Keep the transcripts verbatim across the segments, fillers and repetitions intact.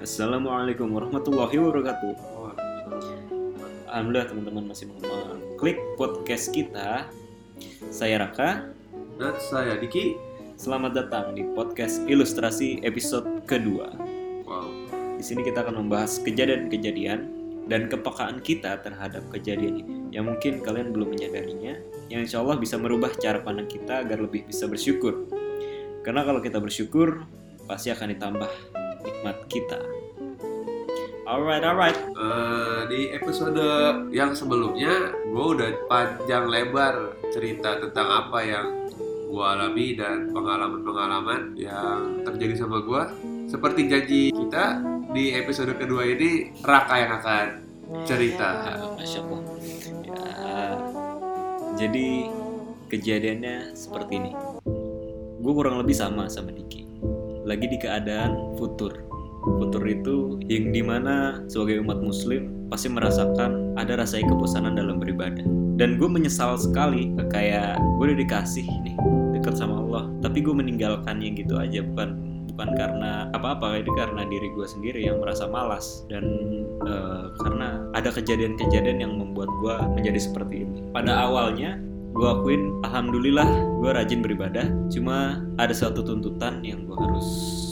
Assalamualaikum warahmatullahi wabarakatuh. Alhamdulillah teman-teman masih mau klik podcast kita. Saya Raka dan saya Diki. Selamat datang di podcast Ilustrasi episode kedua. Wow. Di sini kita akan membahas kejadian-kejadian dan kepekaan kita terhadap kejadian ini yang mungkin kalian belum menyadarinya, yang insya Allah bisa merubah cara pandang kita agar lebih bisa bersyukur. Karena kalau kita bersyukur, pasti akan ditambah nikmat kita. Alright, alright. Uh, di episode yang sebelumnya, gue udah panjang lebar cerita tentang apa yang gue alami dan pengalaman-pengalaman yang terjadi sama gue. Seperti janji kita, di episode kedua ini Raka yang akan cerita. Ah, Masya Allah. Ya, jadi kejadiannya seperti ini. Gue kurang lebih sama sama Diki. Lagi di keadaan futur. Futur itu yang dimana sebagai umat muslim pasti merasakan ada rasa kebosanan dalam beribadah. Dan gue menyesal sekali, kayak gue udah dikasih nih dekat sama Allah, tapi gue meninggalkannya gitu aja, bukan bukan karena apa-apa, itu karena diri gue sendiri yang merasa malas dan uh, karena ada kejadian-kejadian yang membuat gue menjadi seperti ini. Pada awalnya gue akuin alhamdulillah gue rajin beribadah, cuma ada suatu tuntutan yang gue harus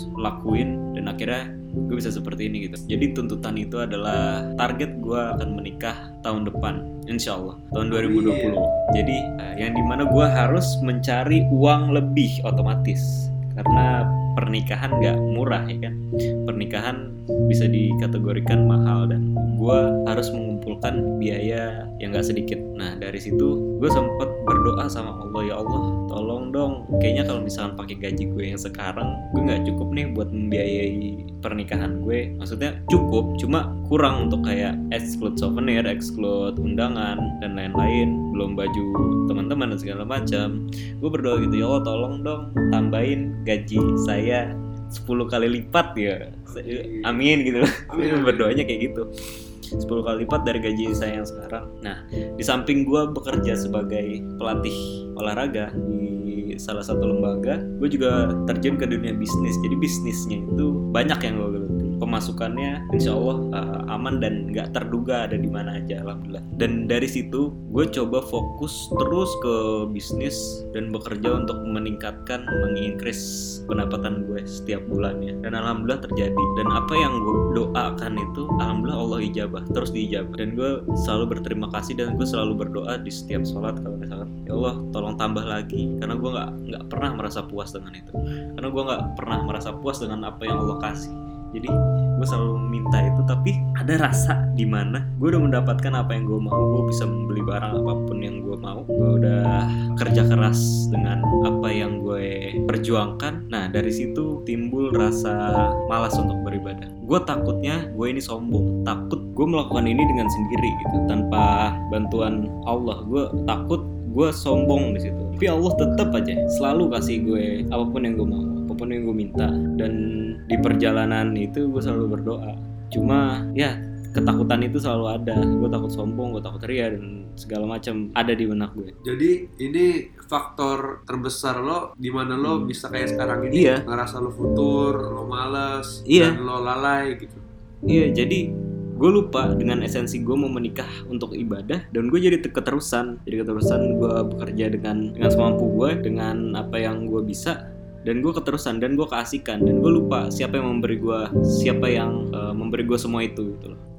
lakuin dan akhirnya gue bisa seperti ini gitu. Jadi tuntutan itu adalah target gue akan menikah tahun depan, insya Allah tahun dua ribu dua puluh. Jadi uh, yang dimana gue harus mencari uang lebih otomatis, karena pernikahan gak murah ya kan. Pernikahan bisa dikategorikan mahal dan gue harus mengumpulkan biaya yang gak sedikit. Nah dari situ gue sempet berdoa sama Allah, ya Allah tolong dong, kayaknya kalau misalkan pakai gaji gue yang sekarang gue gak cukup nih buat membiayai pernikahan gue. Maksudnya cukup, cuma kurang untuk kayak exclude souvenir, exclude undangan dan lain-lain, belum baju teman-teman dan segala macam. Gue berdoa gitu, ya Allah tolong dong tambahin gaji saya sepuluh kali lipat ya. Amin gitu. Amin. Berdoanya kayak gitu, sepuluh kali lipat dari gaji saya yang sekarang. Nah, di samping gue bekerja sebagai pelatih olahraga di salah satu lembaga, gue juga terjun ke dunia bisnis. Jadi bisnisnya itu banyak yang gue geluti. Pemasukannya insya Allah uh, aman dan gak terduga ada di mana aja, alhamdulillah. Dan dari situ gue coba fokus terus ke bisnis dan bekerja untuk meningkatkan, mengincrease pendapatan gue setiap bulannya. Dan alhamdulillah terjadi. Dan apa yang gue doakan itu alhamdulillah Allah ijabah, terus diijabah. Dan gue selalu berterima kasih dan gue selalu berdoa di setiap sholat kalau misalkan, ya Allah tolong tambah lagi, karena gue nggak nggak pernah merasa puas dengan itu. Karena gue nggak pernah merasa puas dengan apa yang Allah kasih. Jadi gue selalu minta itu, tapi ada rasa di mana gue udah mendapatkan apa yang gue mau, gue bisa membeli barang apapun yang gue mau, gue udah kerja keras dengan apa yang gue perjuangkan. Nah dari situ timbul rasa malas untuk beribadah. Gue takutnya gue ini sombong, takut gue melakukan ini dengan sendiri gitu tanpa bantuan Allah. Gue takut gue sombong di situ. Tapi Allah tetap aja selalu kasih gue apapun yang gue mau, apapun yang gue minta. Dan di perjalanan itu gue selalu berdoa. Cuma ya ketakutan itu selalu ada. Gue takut sombong, gue takut ria dan segala macam ada di benak gue. Jadi ini faktor terbesar lo di mana lo hmm. bisa kayak sekarang ini, iya. Ngerasa lo futur, lo malas, iya. Dan lo lalai gitu. Iya, jadi gue lupa dengan esensi gue mau menikah untuk ibadah, dan gue jadi keterusan jadi keterusan gue bekerja dengan dengan semampu gue, dengan apa yang gue bisa, dan gue keterusan dan gue keasikan, dan gue lupa siapa yang memberi gue siapa yang uh, memberi gue semua itu gitu loh.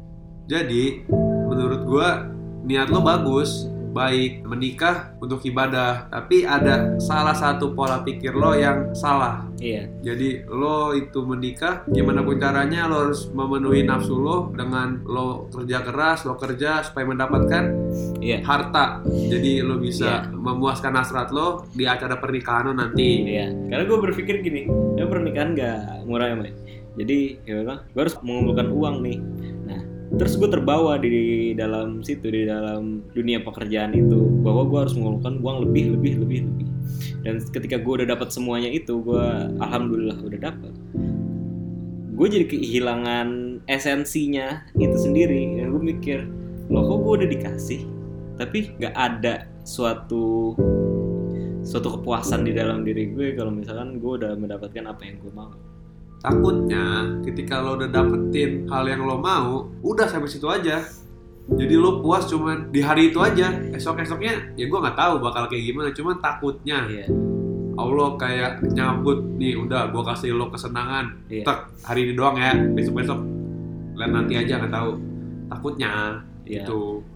Jadi menurut gue niat lo bagus, baik menikah untuk ibadah, tapi ada salah satu pola pikir lo yang salah. Iya. Jadi lo itu menikah, gimana pun caranya lo harus memenuhi nafsu lo dengan lo kerja keras, lo kerja supaya mendapatkan iya. harta. Jadi lo bisa iya. memuaskan hasrat lo di acara pernikahan lo nanti. Iya. Karena gue berpikir gini, ya pernikahan gak murah ya, Mas. Jadi ya memang gue harus mengumpulkan uang nih. Nah, terus gue terbawa di dalam situ, di dalam dunia pekerjaan itu, bahwa gue harus mengumpulkan uang lebih, lebih, lebih, lebih. Dan ketika gue udah dapat semuanya itu, gue alhamdulillah udah dapat. Gue jadi kehilangan esensinya itu sendiri. Dan gue mikir, loh kok gue udah dikasih, tapi nggak ada suatu suatu kepuasan di dalam diri gue kalau misalkan gue udah mendapatkan apa yang gue mau. Takutnya ketika lo udah dapetin hal yang lo mau, udah sampai situ aja. Jadi lo puas cuman di hari itu aja. Esok-esoknya ya gue nggak tahu bakal kayak gimana. Cuman takutnya Iya. Allah kayak nyambut nih, udah gue kasih lo kesenangan. Iya. Tek, hari ini doang ya. Besok-besok lihat nanti aja, nggak tahu. Takutnya Iya. gitu.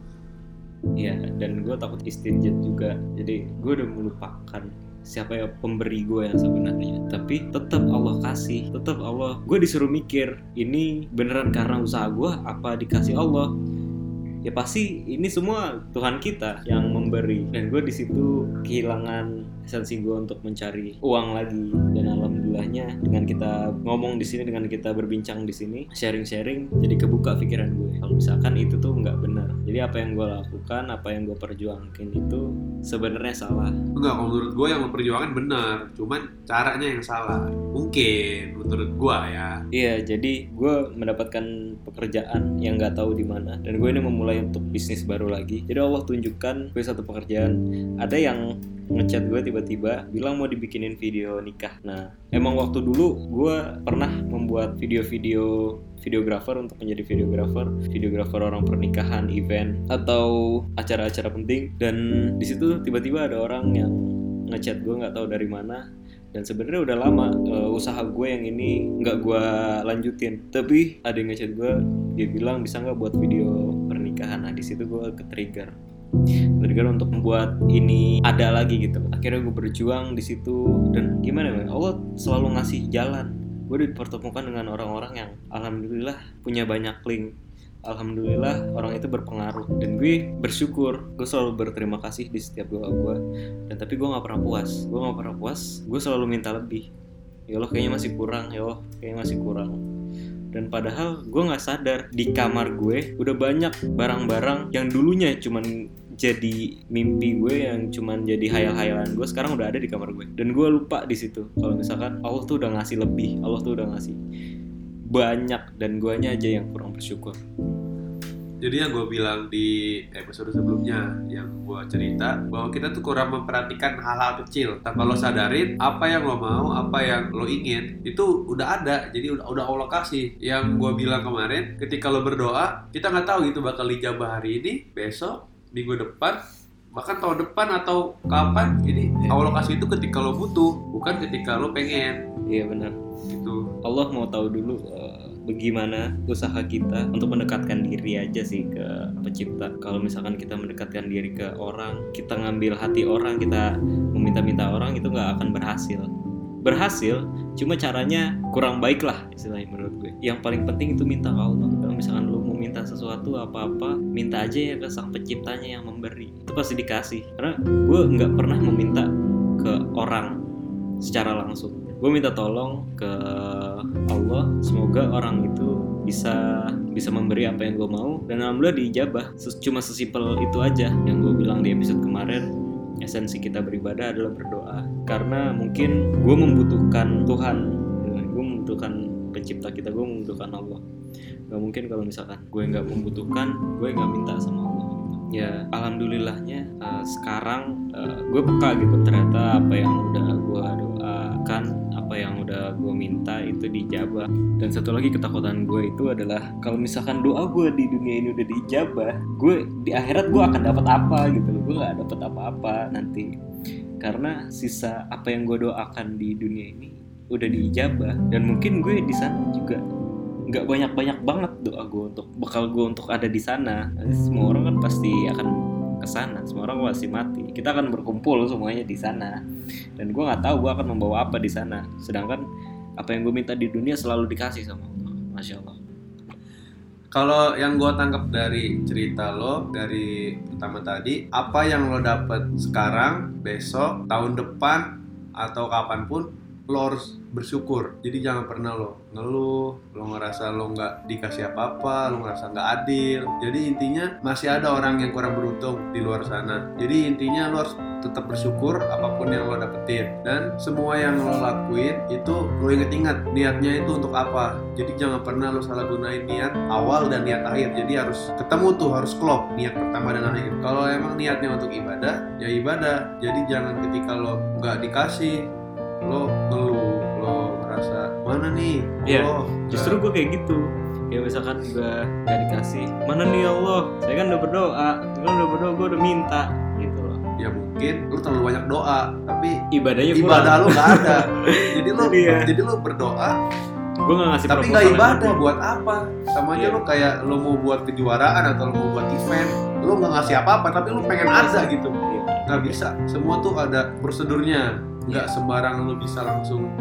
Iya, dan gue takut istinjat juga. Jadi gue udah melupakan siapa ya pemberi gue yang sebenarnya. Tapi tetap Allah kasih, tetap Allah. Gue disuruh mikir, ini beneran karena usaha gue apa dikasih Allah? Ya pasti ini semua Tuhan kita yang memberi. Dan gue di situ kehilangan esensi gue untuk mencari uang lagi. Dan alhamdulillahnya dengan kita ngomong di sini, dengan kita berbincang di sini, sharing-sharing, jadi kebuka pikiran gue. Kalau misalkan itu tuh nggak benar. Jadi apa yang gue lakukan, apa yang gue perjuangkan itu sebenarnya salah. Enggak, kalau menurut gue yang memperjuangkan benar, cuman caranya yang salah. Mungkin menurut gue ya. Iya, jadi gue mendapatkan pekerjaan yang nggak tahu di mana, dan gue ini memulai untuk bisnis baru lagi. Jadi Allah tunjukkan gue satu pekerjaan. Ada yang ngechat gue tiba-tiba bilang mau dibikinin video nikah. Nah, emang waktu dulu gue pernah membuat video-video videografer untuk menjadi videografer, videografer orang pernikahan, event atau acara-acara penting. Dan di situ tiba-tiba ada orang yang ngechat gue nggak tahu dari mana. Dan sebenarnya udah lama uh, usaha gue yang ini nggak gue lanjutin. Tapi ada yang ngechat gue, dia bilang bisa nggak buat video pernikahan. Nah di situ gue ke-trigger. Trigger untuk membuat ini ada lagi gitu. Akhirnya gue berjuang di situ, dan gimana ya, Allah selalu ngasih jalan. Gue dipertemukan dengan orang-orang yang alhamdulillah punya banyak link. Alhamdulillah orang itu berpengaruh, dan gue bersyukur. Gue selalu berterima kasih di setiap doa gue. Dan tapi gue nggak pernah puas. Gue nggak pernah puas. Gue selalu minta lebih. Ya Allah kayaknya masih kurang. Ya Allah kayaknya masih kurang. Dan padahal gue nggak sadar di kamar gue udah banyak barang-barang yang dulunya cuman jadi mimpi gue, yang cuman jadi hayal-hayalan gue, sekarang udah ada di kamar gue. Dan gue lupa di situ kalau misalkan Allah tuh udah ngasih lebih, Allah tuh udah ngasih banyak, dan guanya aja yang kurang bersyukur. Jadi yang gue bilang di episode sebelumnya, yang gue cerita bahwa kita tuh kurang memperhatikan hal-hal kecil. Tanpa lo sadarin apa yang lo mau, apa yang lo ingin, itu udah ada. Jadi udah udah Allah kasih. Yang gue bilang kemarin, ketika lo berdoa, kita nggak tahu itu bakal dijabah hari ini, besok, minggu depan, bahkan tahun depan atau kapan. Jadi Allah kasih itu ketika lo butuh, bukan ketika lo pengen. Iya benar. Gitu. Allah mau tahu dulu uh, bagaimana usaha kita untuk mendekatkan diri aja sih ke pencipta. Kalau misalkan kita mendekatkan diri ke orang, kita ngambil hati orang, kita meminta-minta orang, itu nggak akan berhasil. Berhasil, cuma caranya kurang baik lah istilahnya menurut gue. Yang paling penting itu minta ke Allah. Kalau misalkan lu mau minta sesuatu apa-apa, minta aja ya ke sang penciptanya yang memberi. Itu pasti dikasih. Karena gue nggak pernah meminta ke orang secara langsung. Gue minta tolong ke Allah, semoga orang itu bisa bisa memberi apa yang gue mau, dan alhamdulillah diijabah. Cuma sesimpel itu aja yang gue bilang di episode kemarin. Esensi kita beribadah adalah berdoa, karena mungkin gue membutuhkan Tuhan, gue membutuhkan pencipta kita, gue membutuhkan Allah. Gak mungkin kalau misalkan gue gak membutuhkan, gue gak minta sama Allah. Ya alhamdulillahnya uh, sekarang uh, gue peka gitu, ternyata apa yang udah gue doakan, apa yang udah gue minta itu dijabah. Dan satu lagi ketakutan gue itu adalah kalau misalkan doa gue di dunia ini udah dijabah, gue di akhirat gue akan dapat apa gitu loh. Gue gak dapat apa-apa nanti, karena sisa apa yang gue doakan di dunia ini udah dijabah. Dan mungkin gue di sana juga nggak banyak-banyak banget doa gue untuk bekal gue untuk ada di sana. Semua orang kan pasti akan kesana, semua orang pasti mati. Kita akan berkumpul semuanya di sana, dan gue nggak tahu gue akan membawa apa di sana. Sedangkan apa yang gue minta di dunia selalu dikasih sama Allah. Masya Allah. Kalau yang gue tangkap dari cerita lo dari pertama tadi, apa yang lo dapet sekarang, besok, tahun depan, atau kapanpun, lo harus bersyukur. Jadi jangan pernah lo ngeluh, lo ngerasa lo nggak dikasih apa-apa, lo ngerasa nggak adil. Jadi intinya masih ada orang yang kurang beruntung di luar sana. Jadi intinya lo harus tetap bersyukur apapun yang lo dapetin, dan semua yang lo lakuin itu lo inget-inget niatnya itu untuk apa. Jadi jangan pernah lo salah gunain niat awal dan niat akhir. Jadi harus ketemu tuh, harus klop niat pertama dan akhir. Kalau emang niatnya untuk ibadah, ya ibadah. Jadi jangan ketika lo nggak dikasih lo ngeluh, lo ngerasa mana nih Iya, Allah. justru gue kayak gitu. Kayak misalkan gue gak dikasih, mana nih ya Allah, saya kan udah berdoa, saya kan udah berdoa, gue udah minta gitu loh. Ya mungkin lu terlalu banyak doa, tapi Ibadahnya kurang. ibadah lu gak ada. Jadi lu Iya. jadi lu berdoa Gue gak ngasih tapi proposal nggak yang ibadah, penting. buat apa? Sama aja Iya. lu kayak lu mau buat kejuaraan atau lu mau buat event, lu nggak ngasih apa-apa tapi lu pengen ada gitu. Iya. Nggak bisa, semua tuh ada prosedurnya, nggak sembarang lu bisa langsung.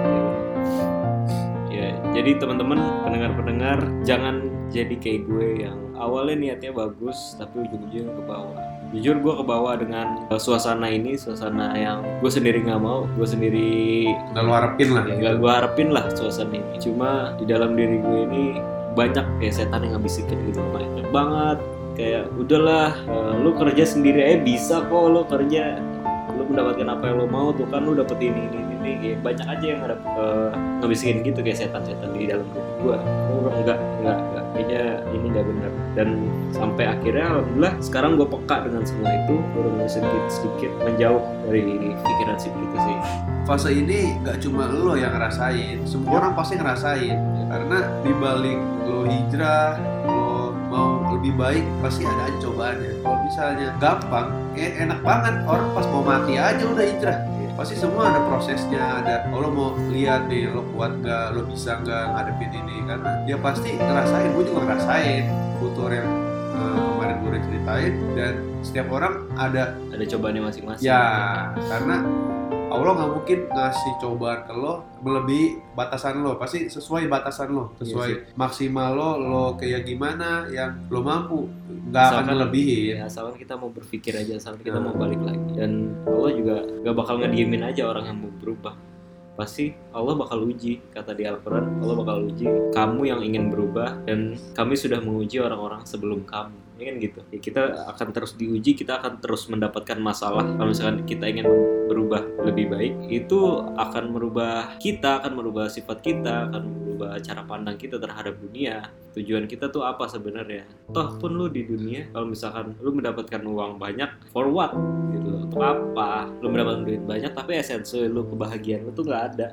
Ya, jadi teman-teman pendengar-pendengar jangan jadi kayak gue yang awalnya niatnya bagus tapi ujung-ujungnya ke bawah. Jujur gue ke bawah dengan uh, suasana ini, suasana yang gue sendiri nggak mau, gue sendiri Nggak lu harapin lah. ya gitu. nggak gue harapin lah suasana ini. Cuma di dalam diri gue ini banyak kayak setan yang ngabisikin gitu, banyak banget. Kayak udahlah, uh, lu kerja sendiri aja bisa kok, lu kerja, lu mendapatkan apa yang lu mau tuh kan, lu dapet ini ini ini, ini. Kayak banyak aja yang ada uh, ngabisikin gitu kayak setan-setan di dalam diri gue. Oh, enggak, enggak, enggak, kayaknya ini enggak benar. Dan sampai akhirnya alhamdulillah sekarang gue peka dengan semua itu, gue udah mulai sedikit-sedikit menjauh dari pikiran seperti itu sih. Fase ini nggak cuma lo yang ngerasain, semua orang pasti ngerasain. Karena dibalik lo hijrah, lo mau lebih baik, pasti ada aja cobaannya. Kalau misalnya gampang, kayak enak banget, orang pas mau mati aja udah hijrah. Pasti semua ada prosesnya, ada oh, lo mau lihat nih lo kuat nggak, lo bisa nggak ngadepin ini, karena dia pasti ngerasain. Gue juga ngerasain butuh yang uh, kemarin gue udah ceritain, dan setiap orang ada Ada cobaannya masing-masing. ya, karena Allah nggak mungkin ngasih cobaan ke lo melebihi batasan lo, pasti sesuai batasan lo, sesuai Iya maksimal lo, lo kayak gimana yang lo mampu, nggak akan Asalkan- melebihin. Ya, asalkan kita mau berpikir aja, asalkan kita Hmm. mau balik lagi. Dan Allah juga gak bakal ngediemin aja orang yang mau berubah. Pasti Allah bakal uji, kata di Al-Quran, Allah bakal uji kamu yang ingin berubah, dan kami sudah menguji orang-orang sebelum kamu. Ya kan gitu. Ya, kita akan terus diuji, kita akan terus mendapatkan masalah. Kalau misalkan kita ingin berubah lebih baik, itu akan merubah kita, akan merubah sifat kita, akan merubah cara pandang kita terhadap dunia. Tujuan kita tuh apa sebenarnya? Toh pun lu di dunia, kalau misalkan lu mendapatkan uang banyak, for what? Gitu loh. Untuk apa? Lu mendapatkan duit banyak tapi esensi lu, kebahagiaan lu tuh nggak ada.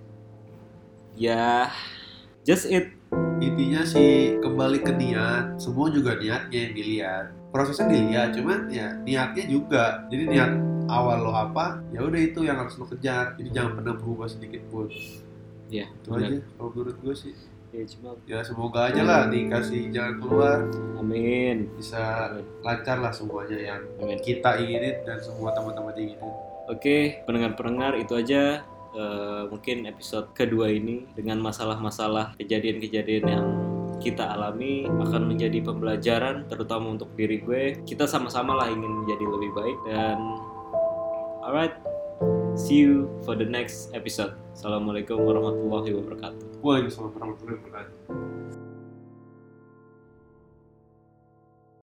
Ya, just it. Intinya sih kembali ke niat, semua juga niatnya yang dilihat, prosesnya dilihat, cuman ya niatnya juga. Jadi niat awal lo apa, ya udah itu yang harus lo kejar. Jadi jangan pernah berubah sedikit pun. Ya, Itu aja kalau menurut gue sih. Ya, cuma Ya semoga aja lah dikasih jalan keluar, amin. bisa lancar lah semuanya yang Amin. kita inginin dan semua teman-teman inginin. Oke, pendengar-pendengar, itu aja uh, mungkin episode kedua ini dengan masalah-masalah kejadian-kejadian yang kita alami akan menjadi pembelajaran terutama untuk diri gue. Kita sama-sama lah ingin menjadi lebih baik, dan alright, see you for the next episode. Assalamualaikum warahmatullahi wabarakatuh. Waalaikumsalam warahmatullahi wabarakatuh.